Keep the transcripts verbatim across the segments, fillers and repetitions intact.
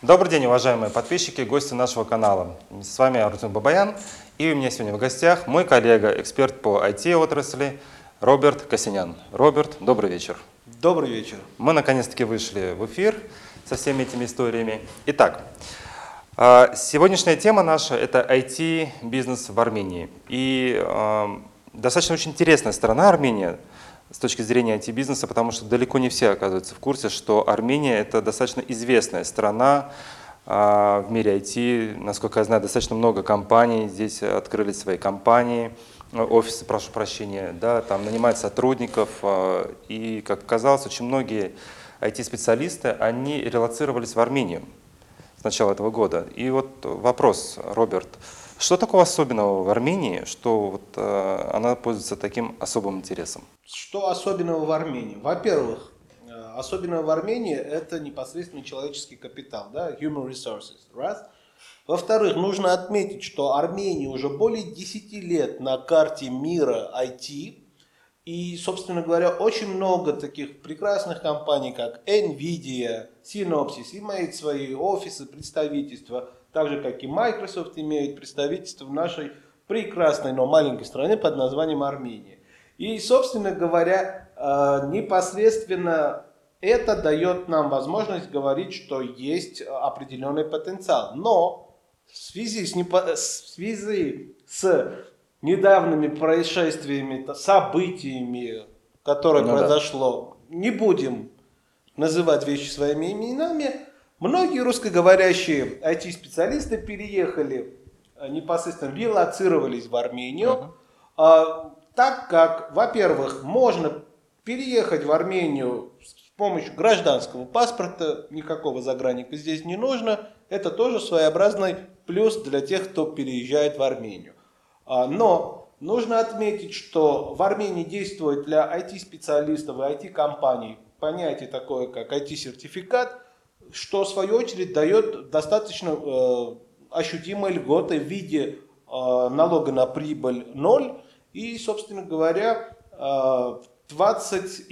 Добрый день, уважаемые подписчики, гости нашего канала. С вами Артем Бабаян, и у меня сегодня в гостях мой коллега, эксперт по ай ти-отрасли Роберт Косинян. Роберт, добрый вечер. Добрый вечер. Мы наконец-таки вышли в эфир со всеми этими историями. Итак, сегодняшняя тема наша – это ай ти-бизнес в Армении. И э, достаточно очень интересная страна Армения с точки зрения ай ти-бизнеса, потому что далеко не все оказываются в курсе, что Армения – это достаточно известная страна а, в мире ай ти. Насколько я знаю, достаточно много компаний здесь открыли свои компании, офисы, прошу прощения, да, там нанимают сотрудников. А, и, как оказалось, очень многие ай ти-специалисты, они релоцировались в Армению с начала этого года. И вот вопрос, Роберт, что такого особенного в Армении, что вот, э, она пользуется таким особым интересом? Что особенного в Армении? Во-первых, особенного в Армении это непосредственно человеческий капитал, да, human resources, раз. Во-вторых, нужно отметить, что Армения уже более десяти лет на карте мира ай ти. И, собственно говоря, очень много таких прекрасных компаний, как NVIDIA, Synopsys, имеют свои офисы, представительства, так же, как и Microsoft имеет представительство в нашей прекрасной, но маленькой стране под названием Армения. И, собственно говоря, непосредственно это дает нам возможность говорить, что есть определенный потенциал. Но в связи с, непо... в связи с недавними происшествиями, событиями, которые ну, произошло, да. Не будем называть вещи своими именами, многие русскоговорящие ай ти-специалисты переехали, непосредственно релоцировались в Армению, uh-huh. так как, во-первых, можно переехать в Армению с помощью гражданского паспорта, никакого загранника здесь не нужно, это тоже своеобразный плюс для тех, кто переезжает в Армению. Но нужно отметить, что в Армении действует для ай ти-специалистов и ай ти-компаний понятие такое, как ай ти-сертификат, что в свою очередь дает достаточно э, ощутимые льготы в виде э, налога на прибыль ноль и, собственно говоря, э, двадцать,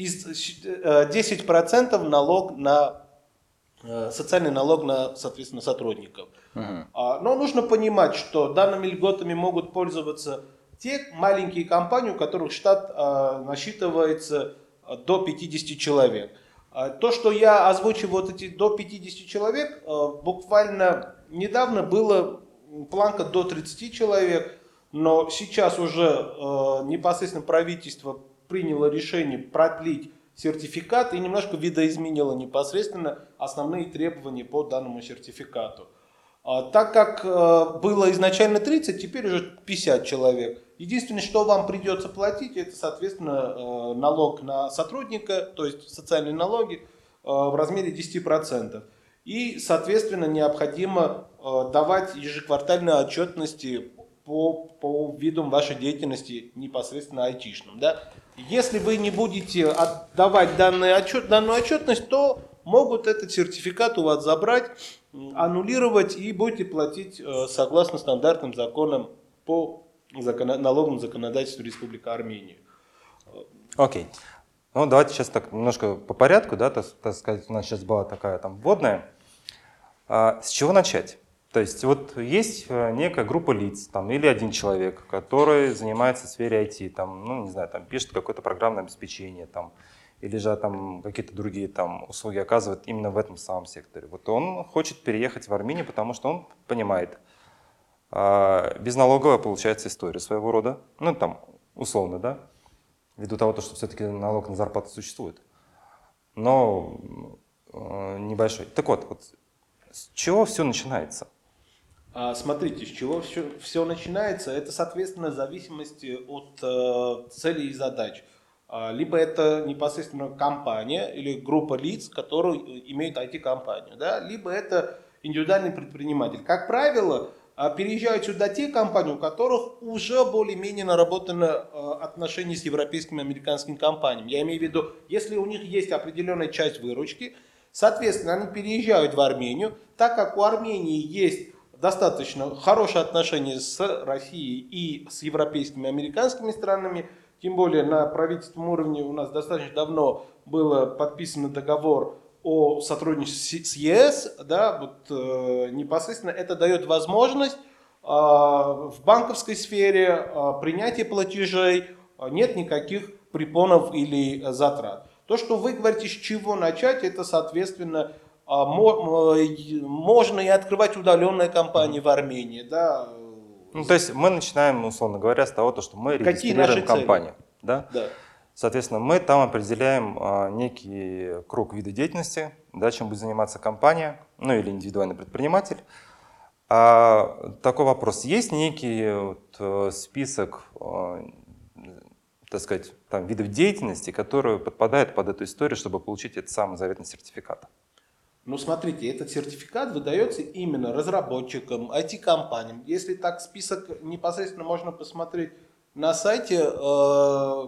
десять процентов налог на э, социальный налог на, соответственно, сотрудников. Uh-huh. Но нужно понимать, что данными льготами могут пользоваться те маленькие компании, у которых штат э, насчитывается до пятидесяти человек. То, что я озвучил вот эти до пятидесяти человек, буквально недавно было планка до тридцати человек, но сейчас уже непосредственно правительство приняло решение продлить сертификат и немножко видоизменило непосредственно основные требования по данному сертификату. Так как было изначально тридцать, теперь уже пятьдесят человек. Единственное, что вам придется платить, это, соответственно, налог на сотрудника, то есть социальные налоги в размере десяти процентов. И, соответственно, необходимо давать ежеквартальные отчетности по, по видам вашей деятельности непосредственно айтишным. Да? Если вы не будете отдавать данную, отчет, данную отчетность, то могут этот сертификат у вас забрать, аннулировать и будете платить согласно стандартным законам по закон... налоговому законодательству Республики Армения. Окей. Okay. Ну, давайте сейчас так немножко по порядку, да, так, так сказать, у нас сейчас была такая там вводная. А, с чего начать? То есть вот есть некая группа лиц там, или один человек, который занимается в сфере ай ти, там, ну, не знаю, там, пишет какое-то программное обеспечение, там, или же там какие-то другие там услуги оказывает именно в этом самом секторе. Вот он хочет переехать в Армению, потому что он понимает, а, безналоговая получается история своего рода, ну там условно, да, ввиду того, что все-таки налог на зарплату существует, но э, небольшой. Так вот, вот, с чего все начинается? А, смотрите, с чего все, все начинается, это, соответственно, в зависимости от э, целей и задач. Либо это непосредственно компания или группа лиц, которые имеют ай ти-компанию, да? Либо это индивидуальный предприниматель. Как правило, переезжают сюда те компании, у которых уже более-менее наработано отношения с европейскими, американскими компаниями. Я имею в виду, если у них есть определенная часть выручки, соответственно, они переезжают в Армению, так как у Армении есть достаточно хорошие отношения с Россией и с европейскими, американскими странами. Тем более на правительственном уровне у нас достаточно давно был подписан договор о сотрудничестве с ЕС, да, вот, э, непосредственно это дает возможность э, в банковской сфере э, принятия платежей, э, нет никаких препонов или э, затрат. То, что вы говорите, с чего начать, это, соответственно, э, мо, э, можно и открывать удаленные компании в Армении, да. Ну, то есть мы начинаем, условно говоря, с того, что мы Какие регистрируем наши компанию. цели? Да? Да. Соответственно, мы там определяем а, некий круг вида деятельности, да, чем будет заниматься компания, ну или индивидуальный предприниматель. А, такой вопрос. Есть некий вот, список, а, так сказать, там, видов деятельности, которые подпадают под эту историю, чтобы получить этот самый заветный сертификат? Ну, смотрите, этот сертификат выдается именно разработчикам, ай ти-компаниям. Если так, список непосредственно можно посмотреть на сайте э,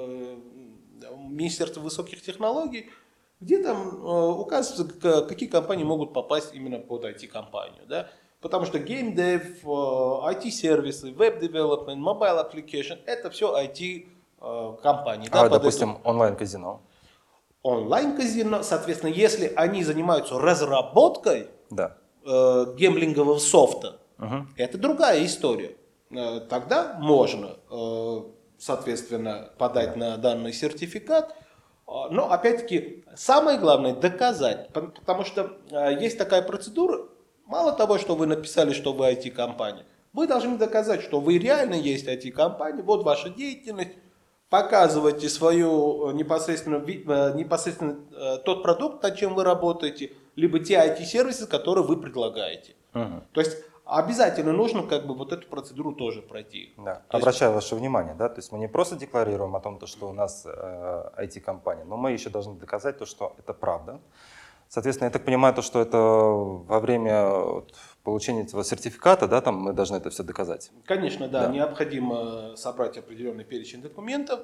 Министерства высоких технологий, где там э, указывается, какие компании могут попасть именно под ай ти-компанию. Да? Потому что геймдев, э, ай ти-сервисы, веб-девелопмент, mobile application – это все ай ти-компании. А, Да, допустим, эту... онлайн-казино. Онлайн-казино, соответственно, если они занимаются разработкой Да. э, гемблингового софта, Угу. это другая история. Э, тогда можно, э, соответственно, подать на данный сертификат. Э, но, опять-таки, самое главное доказать, потому что э, есть такая процедура, мало того, что вы написали, что вы ай ти-компания, вы должны доказать, что вы реально есть ай ти-компания, вот ваша деятельность, показывайте свою непосредственно, непосредственно тот продукт, над чем вы работаете, либо те ай ти-сервисы, которые вы предлагаете. Угу. То есть обязательно нужно как бы вот эту процедуру тоже пройти. Да. То Обращаю есть... ваше внимание, да, то есть мы не просто декларируем о том, что у нас э, ай ти-компания, но мы еще должны доказать то, что это правда. Соответственно, я так понимаю, то, что это во время вот, получения этого сертификата, да, там мы должны это все доказать. Конечно, да, да. необходимо собрать определенный перечень документов.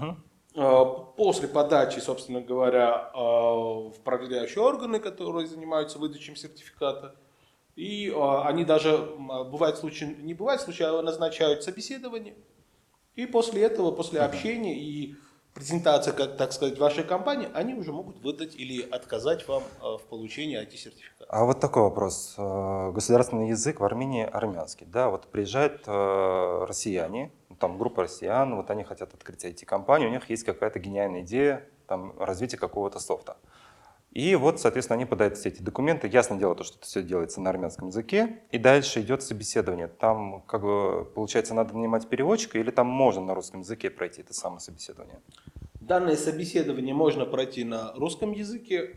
Угу. После подачи, собственно говоря, в проверяющие органы, которые занимаются выдачей сертификата, и они даже, бывает случай, не бывает случай, а назначают собеседование. И после этого, после угу. общения и презентации, как, так сказать, вашей компании, они уже могут выдать или отказать вам в получении ай ти-сертификата. А вот такой вопрос. Государственный язык в Армении армянский. Да, вот приезжают россияне, там группа россиян, вот они хотят открыть ай ти-компанию, у них есть какая-то гениальная идея там, развития какого-то софта. И вот, соответственно, они подают все эти документы. Ясно дело, то, что это все делается на армянском языке. И дальше идет собеседование. Там, как бы, получается, надо нанимать переводчика или там можно на русском языке пройти это самое собеседование? Данное собеседование можно пройти на русском языке.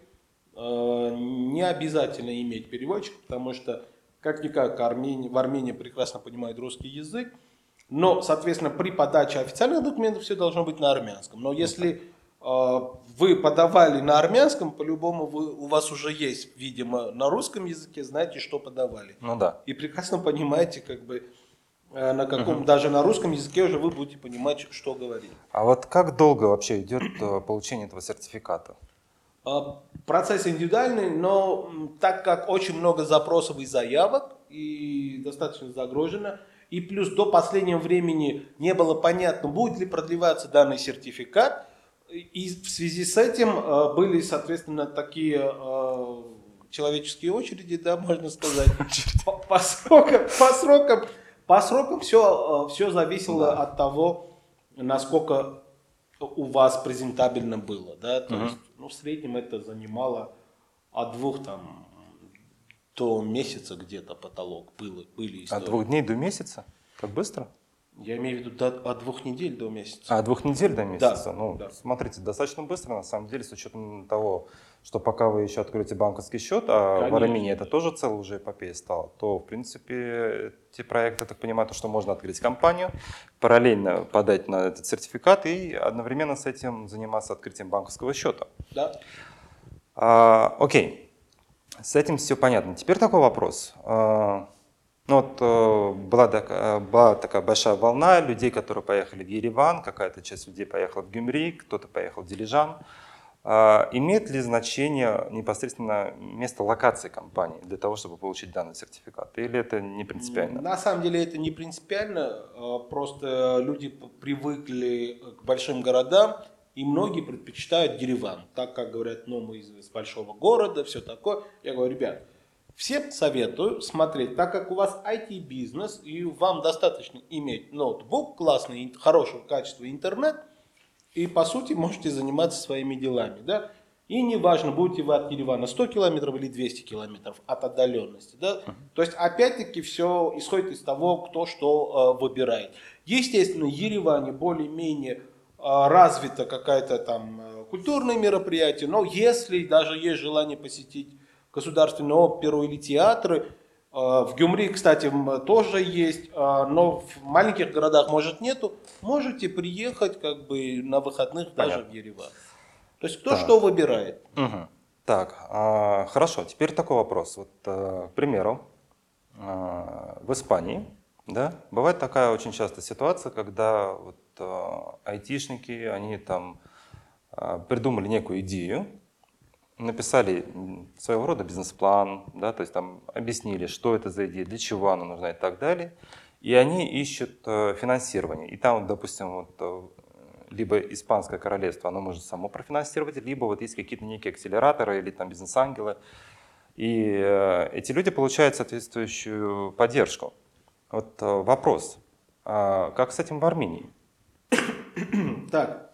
Не обязательно иметь переводчика, потому что, как-никак, Армения, в Армении прекрасно понимают русский язык. Но, соответственно, при подаче официальных документов все должно быть на армянском. Но если вы подавали на армянском, по-любому вы, у вас уже есть, видимо, на русском языке, знаете, что подавали. Ну да. И прекрасно понимаете, как бы, на каком, угу. даже на русском языке уже вы будете понимать, что говорить. А вот как долго вообще идет получение этого сертификата? Процесс индивидуальный, но так как очень много запросов и заявок, и достаточно загружено, и плюс до последнего времени не было понятно, будет ли продлеваться данный сертификат, и в связи с этим э, были, соответственно, такие э, человеческие очереди, да, можно сказать. По, по срокам, по срокам, по срокам все, э, все зависело да. от того, насколько у вас презентабельно было, да. То угу. есть, ну, в среднем это занимало от двух там до месяца где-то потолок было, были истории. От двух дней до месяца? Так быстро? Я имею в виду до, от двух недель до месяца. А, от двух недель до месяца? Да, ну, да. Смотрите, достаточно быстро, на самом деле, с учетом того, что пока вы еще откроете банковский счет, а Конечно. В Армении это тоже целая уже эпопея стала, то, в принципе, те проекты, я так понимаю, то, что можно открыть компанию, параллельно подать на этот сертификат и одновременно с этим заниматься открытием банковского счета. Да. А, окей, с этим все понятно. Теперь такой вопрос. А, Ну вот э, была, такая, была такая большая волна людей, которые поехали в Ереван, какая-то часть людей поехала в Гюмри, кто-то поехал в Дилижан. Э, имеет ли значение непосредственно место локации компании для того, чтобы получить данный сертификат? Или это не принципиально? На самом деле это не принципиально, просто люди привыкли к большим городам и многие предпочитают Ереван, так как говорят, ну мы из, из большого города, все такое. Я говорю, ребят, всем советую смотреть, так как у вас ай ти-бизнес, и вам достаточно иметь ноутбук, классный, хорошего качества интернет, и по сути можете заниматься своими делами, да. И неважно, будете вы от Еревана сто километров или двести километров от отдаленности. Да? Uh-huh. То есть, опять-таки, все исходит из того, кто что э, выбирает. Естественно, в Ереване более-менее э, развито какое-то там э, культурное мероприятие, но если даже есть желание посетить государственную оперу или театры, э, в Гюмри, кстати, тоже есть, э, но в маленьких городах, может, нету, можете приехать как бы на выходных. Понятно. Даже в Ереван. То есть кто так. Что выбирает. Угу. Так, а, хорошо, теперь такой вопрос. Вот, а, к примеру, а, в Испании, да, бывает такая очень часто ситуация, когда вот, а, айтишники, они там а, придумали некую идею, написали своего рода бизнес-план, да, то есть там объяснили, что это за идея, для чего она нужна и так далее, и они ищут а, финансирование. И там, допустим, вот, либо Испанское королевство, оно может само профинансировать, либо вот есть какие-то некие акселераторы или там бизнес-ангелы. И э, эти люди получают соответствующую поддержку. Вот э, вопрос, а как с этим в Армении? Так,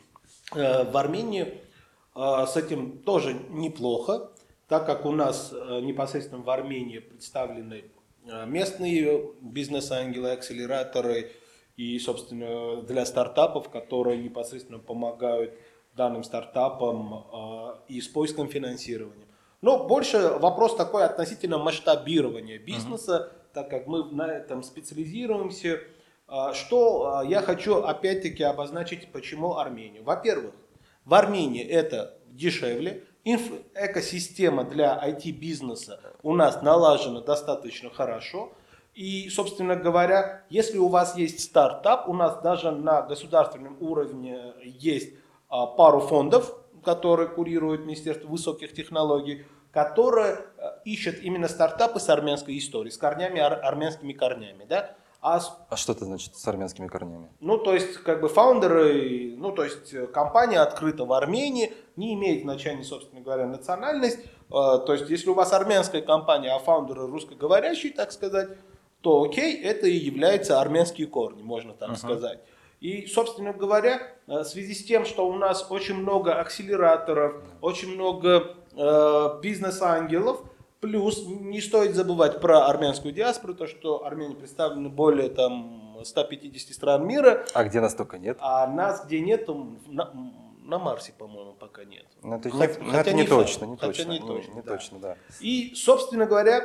э, в Армении э, с этим тоже неплохо, так как у нас э, непосредственно в Армении представлены э, местные бизнес-ангелы, акселераторы, и, собственно, для стартапов, которые непосредственно помогают данным стартапам э, и с поиском финансирования. Но больше вопрос такой относительно масштабирования бизнеса, uh-huh. так как мы на этом специализируемся. Э, что э, я хочу опять-таки обозначить, почему Армению. Во-первых, в Армении это дешевле, инф- экосистема для ай ти-бизнеса у нас налажена достаточно хорошо. И, собственно говоря, если у вас есть стартап, у нас даже на государственном уровне есть а, пару фондов, которые курирует Министерство высоких технологий, которые а, ищут именно стартапы с армянской историей, с корнями, ар- армянскими корнями. Да? А, а что это значит с армянскими корнями? Ну, то есть, как бы фаундеры, ну, то есть, компания открыта в Армении, не имеет значения, собственно говоря, национальность. А, то есть, если у вас армянская компания, а фаундеры русскоговорящие, так сказать, то окей, это и является армянские корни, можно так uh-huh. сказать. И, собственно говоря, в связи с тем, что у нас очень много акселераторов, очень много э, бизнес-ангелов, плюс не стоит забывать про армянскую диаспору, то, что Армения представлена более там, ста пятидесяти стран мира. А где нас только нет? А нас где нет, на, на Марсе, по-моему, пока нет. Но это, Хотя, не, хотя не, не точно, не точно. Не, точно, не, не да. точно, да. И, собственно говоря,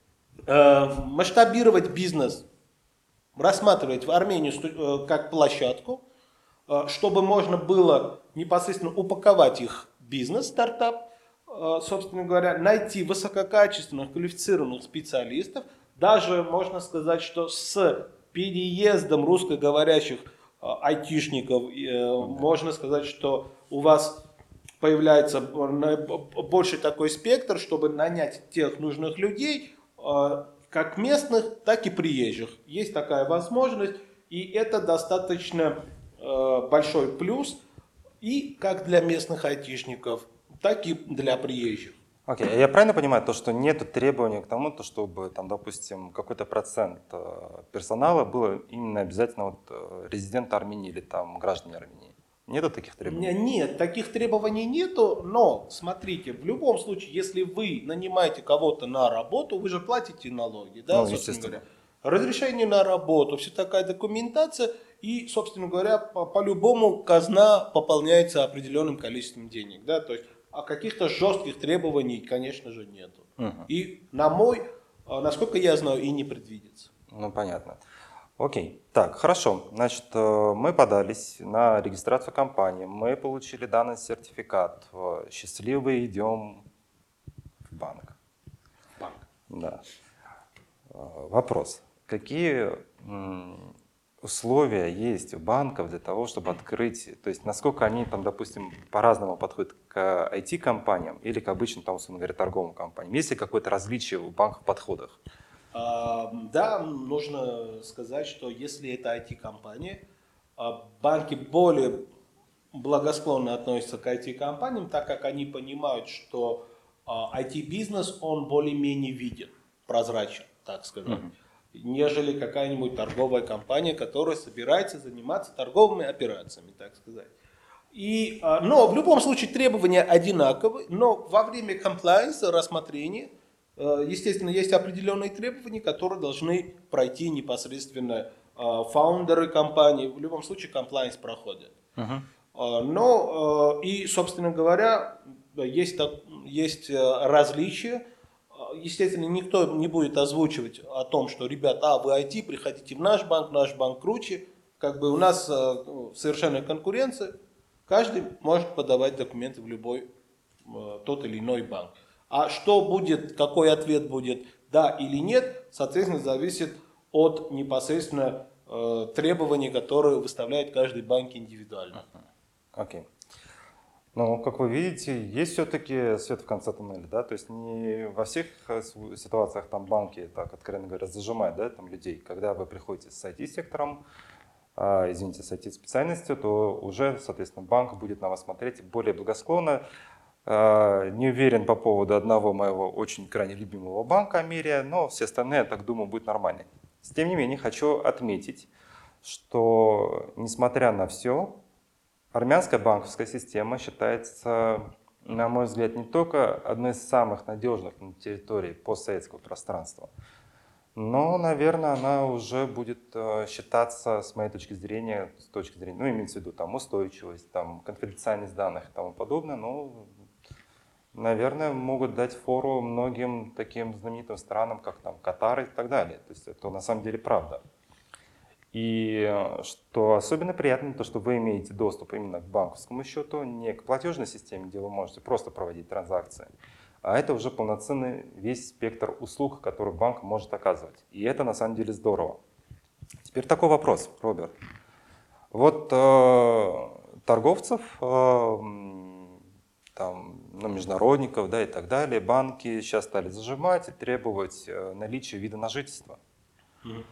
масштабировать бизнес, рассматривать в Армению как площадку, чтобы можно было непосредственно упаковать их бизнес, стартап, собственно говоря, найти высококачественных, квалифицированных специалистов. Даже можно сказать, что с переездом русскоговорящих айтишников можно сказать, что у вас появляется больше такой спектр, чтобы нанять тех нужных людей, как местных, так и приезжих. Есть такая возможность, и это достаточно э, большой плюс и как для местных айтишников, так и для приезжих. Окей, okay. Я правильно понимаю, то, что нет требований к тому, то, чтобы, там, допустим, какой-то процент персонала было именно обязательно вот, резидент Армении или там, граждане Армении? Нету таких требований? Нет, таких требований нету, но смотрите, в любом случае, если вы нанимаете кого-то на работу, вы же платите налоги, да, ну, собственно говоря. Разрешение на работу, вся такая документация, и, собственно говоря, по- по-любому казна пополняется определенным количеством денег, да, то есть а каких-то жестких требований, конечно же, нету. Угу. И на мой, насколько я знаю, и не предвидится. Ну, понятно. Окей, так, хорошо. Значит, мы подались на регистрацию компании, мы получили данный сертификат. Счастливы идем в банк. В банк. Да. Вопрос. Какие условия есть у банков для того, чтобы открыть, то есть насколько они там, допустим, по-разному подходят к ай ти-компаниям или к обычным, там, условно говоря, торговым компаниям? Есть ли какое-то различие в банках в подходах? Да, нужно сказать, что если это ай ти-компания, банки более благосклонно относятся к ай ти-компаниям, так как они понимают, что ай ти-бизнес, он более-менее виден, прозрачен, так сказать, mm-hmm. нежели какая-нибудь торговая компания, которая собирается заниматься торговыми операциями, так сказать. И, но в любом случае требования одинаковы, но во время compliance, рассмотрения, естественно, есть определенные требования, которые должны пройти непосредственно фаундеры компании. В любом случае compliance проходит. Uh-huh. Но и, собственно говоря, есть, есть различия. Естественно, никто не будет озвучивать о том, что, ребята, а вы ай ти, приходите в наш банк, наш банк круче. Как бы у нас совершенная конкуренция. Каждый может подавать документы в любой тот или иной банк. А что будет, какой ответ будет, да или нет, соответственно, зависит от непосредственно э, требований, которые выставляет каждый банк индивидуально. Окей. Okay. Ну, как вы видите, есть все-таки свет в конце туннеля, да, то есть не во всех ситуациях там банки, так откровенно говоря, зажимают, да, там людей. Когда вы приходите с ай ти-сектором, а, извините, с ай ти-специальностью, то уже, соответственно, банк будет на вас смотреть более благосклонно. А, не уверен по поводу одного моего очень крайне любимого банка Америя, но все остальные, я так думаю, будет нормально. Тем не менее, хочу отметить, что, несмотря на все, армянская банковская система считается, на мой взгляд, не только одной из самых надежных на территории постсоветского пространства, но, наверное, она уже будет считаться, с моей точки зрения, с точки зрения, ну, имеется в виду там устойчивость, там, конфиденциальность данных и тому подобное, ну, наверное, могут дать фору многим таким знаменитым странам, как там Катар и так далее. То есть это на самом деле правда. И что особенно приятно, то что вы имеете доступ именно к банковскому счету, не к платежной системе, где вы можете просто проводить транзакции, а это уже полноценный весь спектр услуг, который банк может оказывать. И это на самом деле здорово. Теперь такой вопрос, Роберт. Вот э, торговцев, э, там, ну, международников, да, и так далее, банки сейчас стали зажимать и требовать э, наличия вида на жительство. Mm-hmm.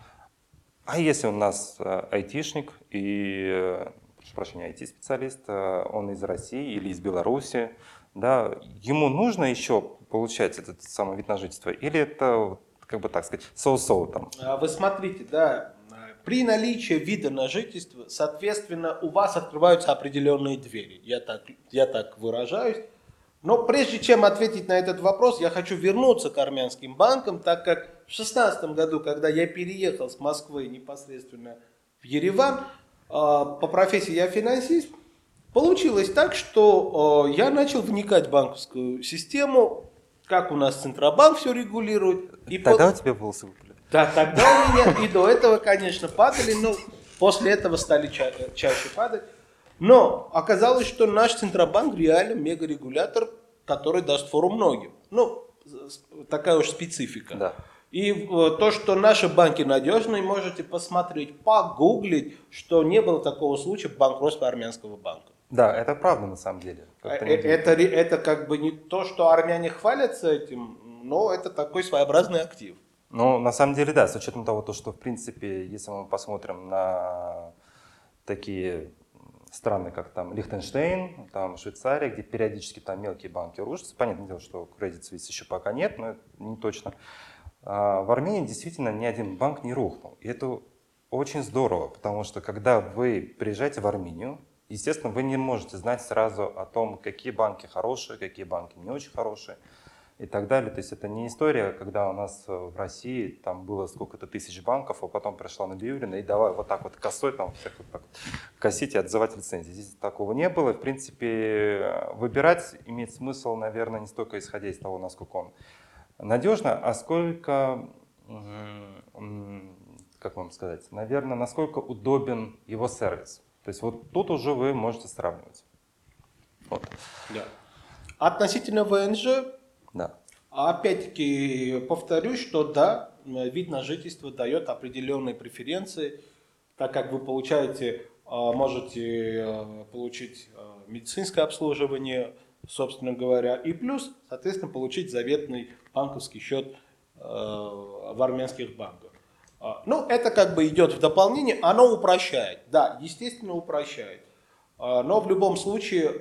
А если у нас э, айтишник и, э, прошу прощения, ай ти-специалист, э, он из России или из Беларуси, да, ему нужно еще получать этот самый вид на жительство, или это, как бы так сказать, соу-соу там? Вы смотрите, да, при наличии вида на жительство, соответственно, у вас открываются определенные двери, я так, я так выражаюсь. Но прежде чем ответить на этот вопрос, я хочу вернуться к армянским банкам, так как в две тысячи шестнадцатом году, когда я переехал с Москвы непосредственно в Ереван, по профессии я финансист, получилось так, что я начал вникать в банковскую систему, как у нас Центробанк все регулирует. И тогда по... у тебя волосы выпали? Да, тогда у меня и до этого, конечно, падали, но после этого стали ча- чаще падать. Но оказалось, что наш Центробанк реально мегарегулятор, который даст фору многим. Ну, такая уж специфика. Да. И то, что наши банки надежные, можете посмотреть, погуглить, что не было такого случая банкротства армянского банка. Да, это правда на самом деле. Это, это, это как бы не то, что армяне хвалятся этим, но это такой своеобразный актив. Ну, на самом деле, да, с учетом того, что, в принципе, если мы посмотрим на такие страны, как там Лихтенштейн, там Швейцария, где периодически там мелкие банки рушатся, понятное дело, что Credit Suisse еще пока нет, но это не точно. А в Армении действительно ни один банк не рухнул. И это очень здорово, потому что когда вы приезжаете в Армению, естественно, вы не можете знать сразу о том, какие банки хорошие, какие банки не очень хорошие и так далее. То есть это не история, когда у нас в России там было сколько-то тысяч банков, а потом пришла Набиуллина и давай вот так вот косой там всех вот так косить и отзывать лицензии. Здесь такого не было. В принципе, выбирать имеет смысл, наверное, не столько исходя из того, насколько он надежно, а сколько, как вам сказать, наверное, насколько удобен его сервис. То есть вот тут уже вы можете сравнивать. Вот. Да. Относительно вэ эн жэ, да. Опять-таки повторюсь, что да, вид на жительство дает определенные преференции, так как вы получаете, можете получить медицинское обслуживание, собственно говоря, и плюс, соответственно, получить заветный банковский счет в армянских банках. Ну, это как бы идет в дополнение, оно упрощает, да, естественно упрощает. Но в любом случае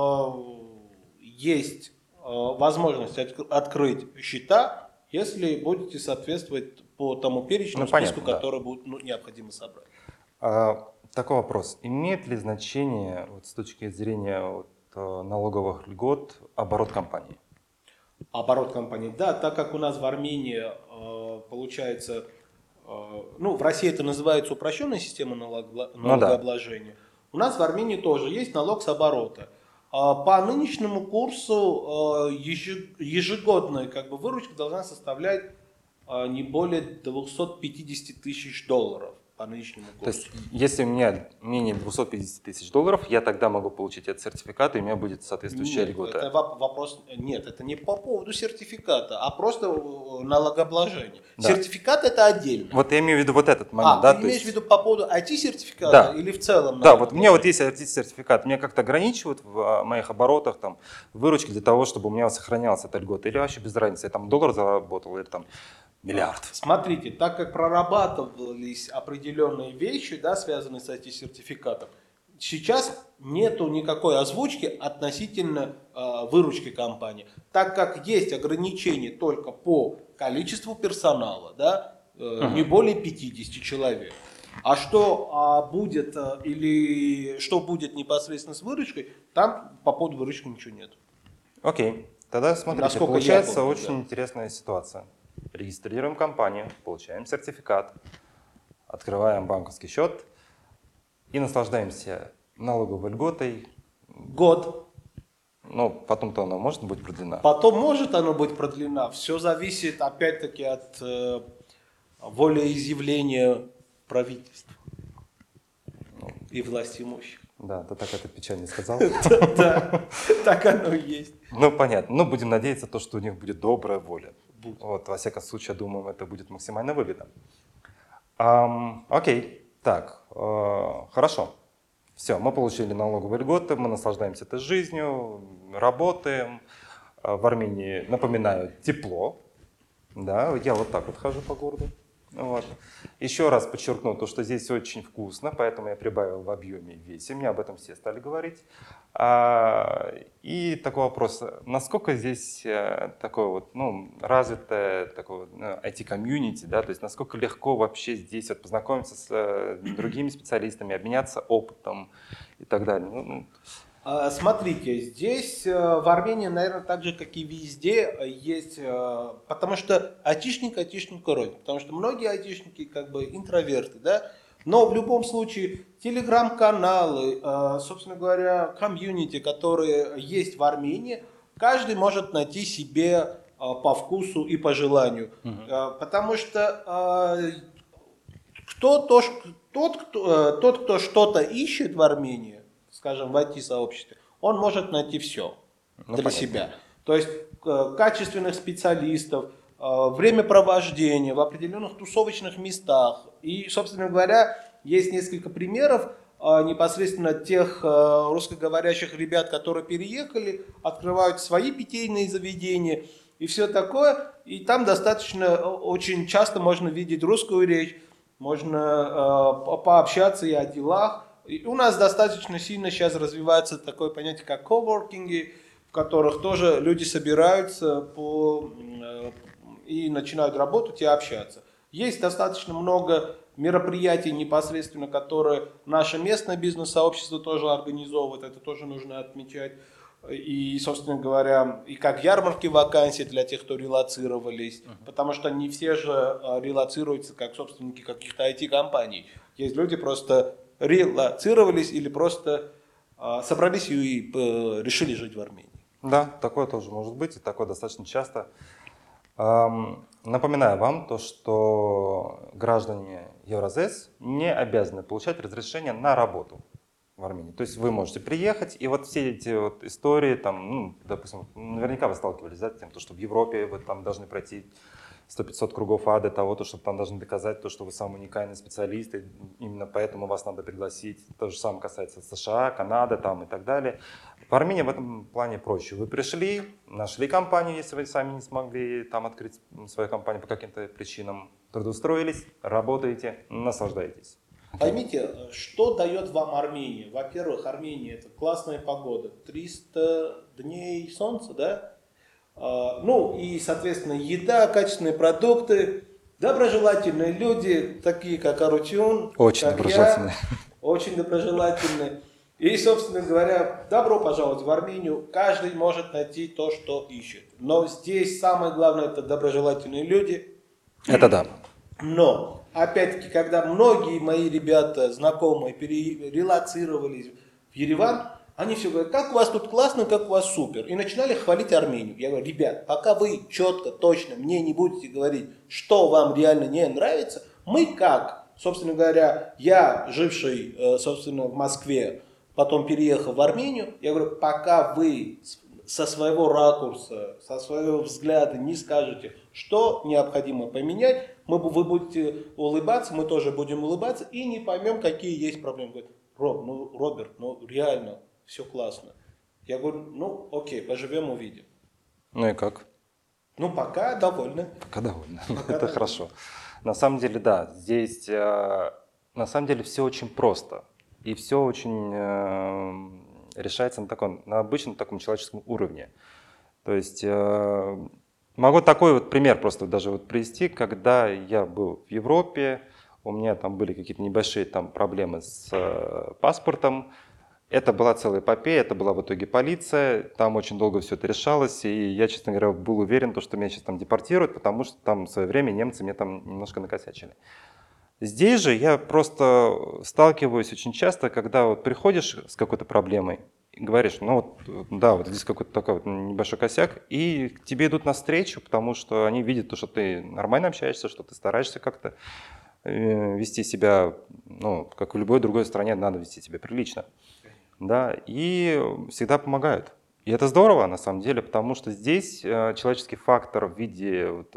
есть возможность открыть счета, если будете соответствовать по тому перечню, Ну, понятно, списку, да. который будет ну, необходимо собрать. А, такой вопрос. Имеет ли значение вот, с точки зрения вот, налоговых льгот оборот компании? Оборот компании, да, так как у нас в Армении получается, ну, в России это называется упрощенная система налогообложения, ну, да. У нас в Армении тоже есть налог с оборота. По нынешнему курсу ежегодная как бы, выручка должна составлять не более двухсот пятидесяти тысяч долларов по нынешнему курсу. То есть, если у меня менее двухсот пятидесяти тысяч долларов, я тогда могу получить этот сертификат, и у меня будет соответствующая нет, льгота. Это вопрос, нет, это не по поводу сертификата, а просто налогообложения. Да. Сертификат это отдельно. Вот я имею в виду вот этот момент. А, да, ты то имеешь есть... в виду по поводу ай ти-сертификата да. или в целом? Да, вот у меня вот есть ай ти-сертификат, меня как-то ограничивают в моих оборотах, там, выручки для того, чтобы у меня сохранялась эта льгота, или вообще без разницы, я там доллар заработал, или там миллиард. Смотрите, так как прорабатывались определенные вещи, да, связанные с ай ти-сертификатом, сейчас нету никакой озвучки относительно э, выручки компании, так как есть ограничения только по количеству персонала, да, э, uh-huh. не более пятидесяти человек. А что а будет э, или что будет непосредственно с выручкой, там по поводу выручки ничего нет. Окей, тогда смотрите, Насколько получается помню, очень да. интересная ситуация. Регистрируем компанию, получаем сертификат, открываем банковский счет и наслаждаемся налоговой льготой. Год. Но потом-то она может быть продлена? Потом может она быть продлена. Все зависит опять-таки от э, волеизъявления правительства ну, и власти имущих. Да, ты так это печально сказал. Да, так оно и есть. Ну, понятно. Но будем надеяться, то, что у них будет добрая воля. Вот, во всяком случае, я думаю, это будет максимально выгодно. Um, окей, так, uh, хорошо. Все, мы получили налоговые льготы, мы наслаждаемся этой жизнью, работаем. Uh, в Армении, напоминаю, тепло. Да, я вот так вот хожу по городу. Вот. Еще раз подчеркну то, что здесь очень вкусно, поэтому я прибавил в объеме и весе. Мне об этом все стали говорить. А, и такой вопрос, насколько здесь такое вот, ну, развитое такое ай ти-комьюнити, да, то есть насколько легко вообще здесь вот познакомиться с другими специалистами, обменяться опытом и так далее. Ну, Смотрите, здесь в Армении, наверное, так же, как и везде, есть, потому что айтишник айтишнику родин, потому что многие айтишники как бы интроверты, да, но в любом случае телеграм-каналы, собственно говоря, комьюнити, которые есть в Армении, каждый может найти себе по вкусу и по желанию, угу. Потому что кто, то, тот, кто, тот, кто что-то ищет в Армении, скажем, в ай ти-сообществе, он может найти все ну, для понятно. себя. То есть качественных специалистов, времяпровождение в определенных тусовочных местах. И, собственно говоря, есть несколько примеров непосредственно тех русскоговорящих ребят, которые переехали, открывают свои питейные заведения и все такое. И там достаточно, очень часто можно видеть русскую речь, можно пообщаться и о делах. И у нас достаточно сильно сейчас развивается такое понятие, как коворкинги, в которых тоже люди собираются по, и начинают работать и общаться. Есть достаточно много мероприятий непосредственно, которые наше местное бизнес-сообщество тоже организовывает, это тоже нужно отмечать. И, собственно говоря, и как ярмарки вакансий для тех, кто релоцировались, uh-huh. потому что не все же релоцируются как собственники каких-то ай ти-компаний. Есть люди просто релоцировались или просто а, собрались и а, решили жить в Армении. Да, такое тоже может быть, и такое достаточно часто. Эм, напоминаю вам то, что граждане Евразес не обязаны получать разрешение на работу в Армении. То есть вы можете приехать, и вот все эти вот истории, там, ну, допустим, наверняка вы сталкивались, да, с тем, что в Европе вы там должны пройти сто-пятьсот кругов ада того, то, что там должны доказать то, что вы самый уникальный специалист, и именно поэтому вас надо пригласить. То же самое касается США, Канады там, и так далее. В Армении в этом плане проще. Вы пришли, нашли компанию, если вы сами не смогли там открыть свою компанию по каким-то причинам, трудоустроились, работаете, наслаждаетесь. Поймите, что дает вам Армения? Во-первых, Армения — это классная погода, триста дней солнца, да? А, ну и, соответственно, еда, качественные продукты, доброжелательные люди, такие как Арутюн, Очень как доброжелательные. я, очень доброжелательные. И, собственно говоря, добро пожаловать в Армению. Каждый может найти то, что ищет. Но здесь самое главное — это доброжелательные люди. Это да. Но, опять-таки, когда многие мои ребята, знакомые, перерелацировались в Ереван, они все говорят, как у вас тут классно, как у вас супер. И начинали хвалить Армению. Я говорю, ребят, пока вы четко, точно мне не будете говорить, что вам реально не нравится, мы как, собственно говоря, я, живший, собственно, в Москве, потом переехал в Армению, я говорю, пока вы со своего ракурса, со своего взгляда не скажете, что необходимо поменять, мы, вы будете улыбаться, мы тоже будем улыбаться и не поймем, какие есть проблемы. Говорит, Роб, ну, Роберт, ну реально, все классно. Я говорю, ну окей, поживем, увидим. Ну и как? Ну пока довольны. Пока довольны. Пока Это довольны. хорошо. На самом деле, да, здесь э, на самом деле все очень просто. И все очень э, решается на, таком, на обычном таком человеческом уровне. То есть э, могу такой вот пример просто даже вот привести, когда я был в Европе, у меня там были какие-то небольшие там проблемы с э, паспортом. Это была целая эпопея, это была в итоге полиция, там очень долго все это решалось, и я, честно говоря, был уверен, что меня сейчас там депортируют, потому что там в свое время немцы мне там немножко накосячили. Здесь же я просто сталкиваюсь очень часто, когда вот приходишь с какой-то проблемой и говоришь, ну вот, да, вот здесь какой-то такой вот небольшой косяк, и к тебе идут навстречу, потому что они видят то, что ты нормально общаешься, что ты стараешься как-то вести себя, ну, как в любой другой стране, надо вести себя прилично. Да, и всегда помогают. И это здорово, на самом деле, потому что здесь человеческий фактор в виде вот,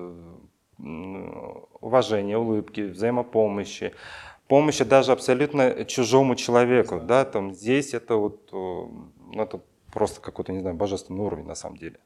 уважения, улыбки, взаимопомощи, помощи даже абсолютно чужому человеку, да, там здесь это вот, ну, это просто какой-то, не знаю, божественный уровень на самом деле.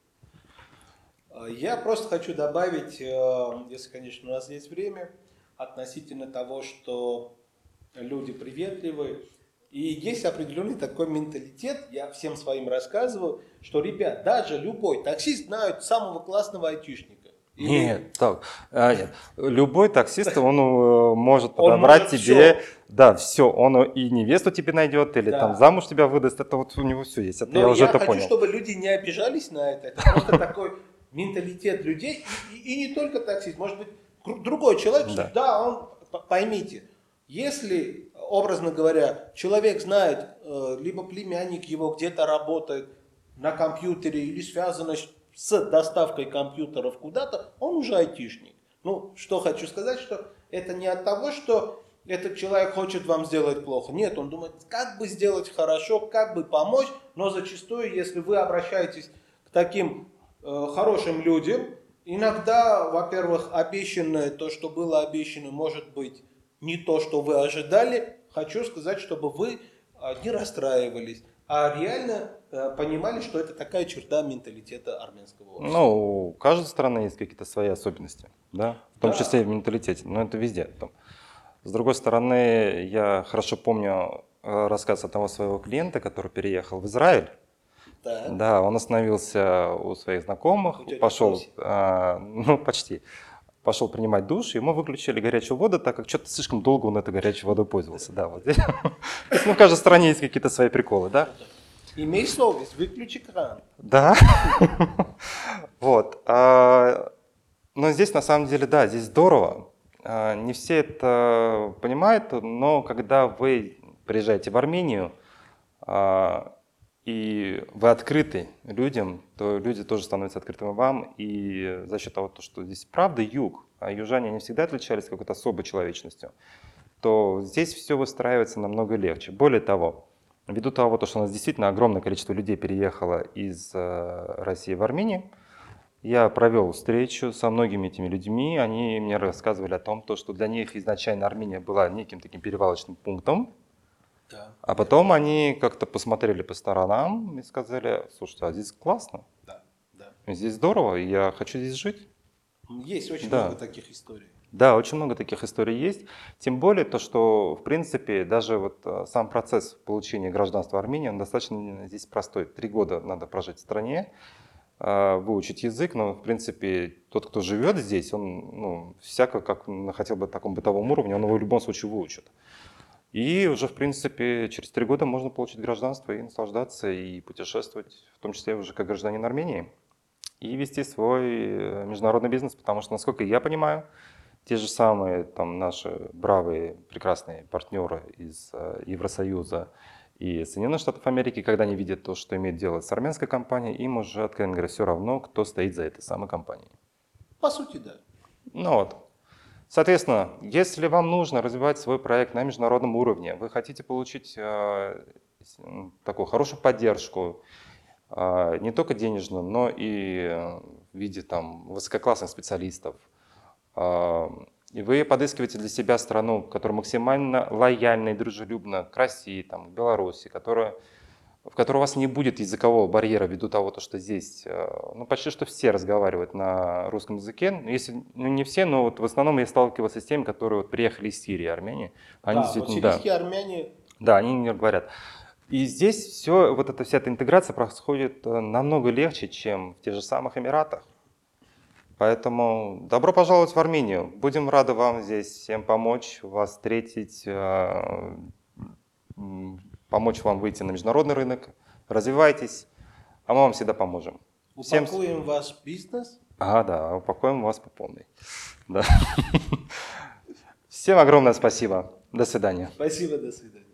Я просто хочу добавить, если, конечно, у нас есть время, относительно того, что люди приветливые. И есть определенный такой менталитет, я всем своим рассказываю, что, ребят, даже любой таксист знает самого классного айтишника. Или... Нет, так, а, нет, любой таксист, он uh, может он подобрать может тебе, все. Да, все, он и невесту тебе найдет, или Да. там замуж тебя выдаст, это вот у него все есть, это Но я уже я это хочу, понял. чтобы люди не обижались на это, это просто такой менталитет людей, и, и не только таксист, может быть, другой человек, Да. что, да, он, поймите, если, образно говоря, человек знает, либо племянник его где-то работает на компьютере или связано с доставкой компьютеров куда-то, он уже айтишник. Ну, что хочу сказать, что это не от того, что этот человек хочет вам сделать плохо. Нет, он думает, как бы сделать хорошо, как бы помочь, но зачастую, если вы обращаетесь к таким э, хорошим людям, иногда, во-первых, обещанное, то, что было обещано, может быть не то, что вы ожидали. Хочу сказать, чтобы вы э, не расстраивались, а реально э, понимали, что это такая черта менталитета армянского общества. Ну, у каждой страны есть какие-то свои особенности, да, в том Да. числе и в менталитете, но это везде. Там. С другой стороны, я хорошо помню рассказ одного своего клиента, который переехал в Израиль. Да. Да, он остановился у своих знакомых, У пошел, а, ну почти, пошел принимать душ, ему выключили горячую воду, так как что-то слишком долго он этой горячей водой пользовался. Да, вот здесь. Ну, в каждой стране есть какие-то свои приколы, да? Имей совесть, выключи кран. Да. Вот. Но здесь на самом деле, да, здесь здорово. Не все это понимают, но когда вы приезжаете в Армению, и вы открыты людям, то люди тоже становятся открытыми вам. И за счет того, что здесь правда юг, а южане не всегда отличались какой-то особой человечностью, то здесь все выстраивается намного легче. Более того, ввиду того, что у нас действительно огромное количество людей переехало из России в Армению, я провел встречу со многими этими людьми, они мне рассказывали о том, что для них изначально Армения была неким таким перевалочным пунктом, Да. а потом они как-то посмотрели по сторонам и сказали, слушайте, а здесь классно, Да, да. здесь здорово, я хочу здесь жить. Есть очень Да. много таких историй. Да, очень много таких историй есть. Тем более то, что, в принципе, даже вот а, сам процесс получения гражданства Армении, он достаточно здесь простой. Три года надо прожить в стране, а, выучить язык, но, в принципе, тот, кто живет здесь, он, ну, всяко, как на хотя бы таком бытовом уровне, он его в любом случае выучит. И уже, в принципе, через три года можно получить гражданство и наслаждаться, и путешествовать, в том числе уже как гражданин Армении, и вести свой э, международный бизнес, потому что, насколько я понимаю, те же самые там наши бравые, прекрасные партнеры из э, Евросоюза и Соединенных Штатов Америки, когда они видят то, что имеет дело с армянской компанией, им уже, откровенно говоря, все равно, кто стоит за этой самой компанией. По сути, да. Ну вот. Соответственно, если вам нужно развивать свой проект на международном уровне, вы хотите получить э, такую хорошую поддержку, э, не только денежную, но и э, в виде там, высококлассных специалистов, э, и вы подыскиваете для себя страну, которая максимально лояльна и дружелюбна к России, там, к Беларуси, которая, в которой у вас не будет языкового барьера ввиду того, что здесь ну, почти что все разговаривают на русском языке. Если, ну, не все, но вот в основном я сталкивался с теми, которые вот приехали из Сирии, Армении. Они Да, действительно, вот да, сирийские армяне. да, они не говорят. И здесь все, вот эта вся эта интеграция происходит намного легче, чем в тех же самых Эмиратах. Поэтому добро пожаловать в Армению. Будем рады вам здесь всем помочь, вас встретить, помочь вам выйти на международный рынок. Развивайтесь, а мы вам всегда поможем. Упакуем всем... ваш бизнес. Ага, да, упакуем вас по полной. Да. Всем огромное спасибо. До свидания. Спасибо, до свидания.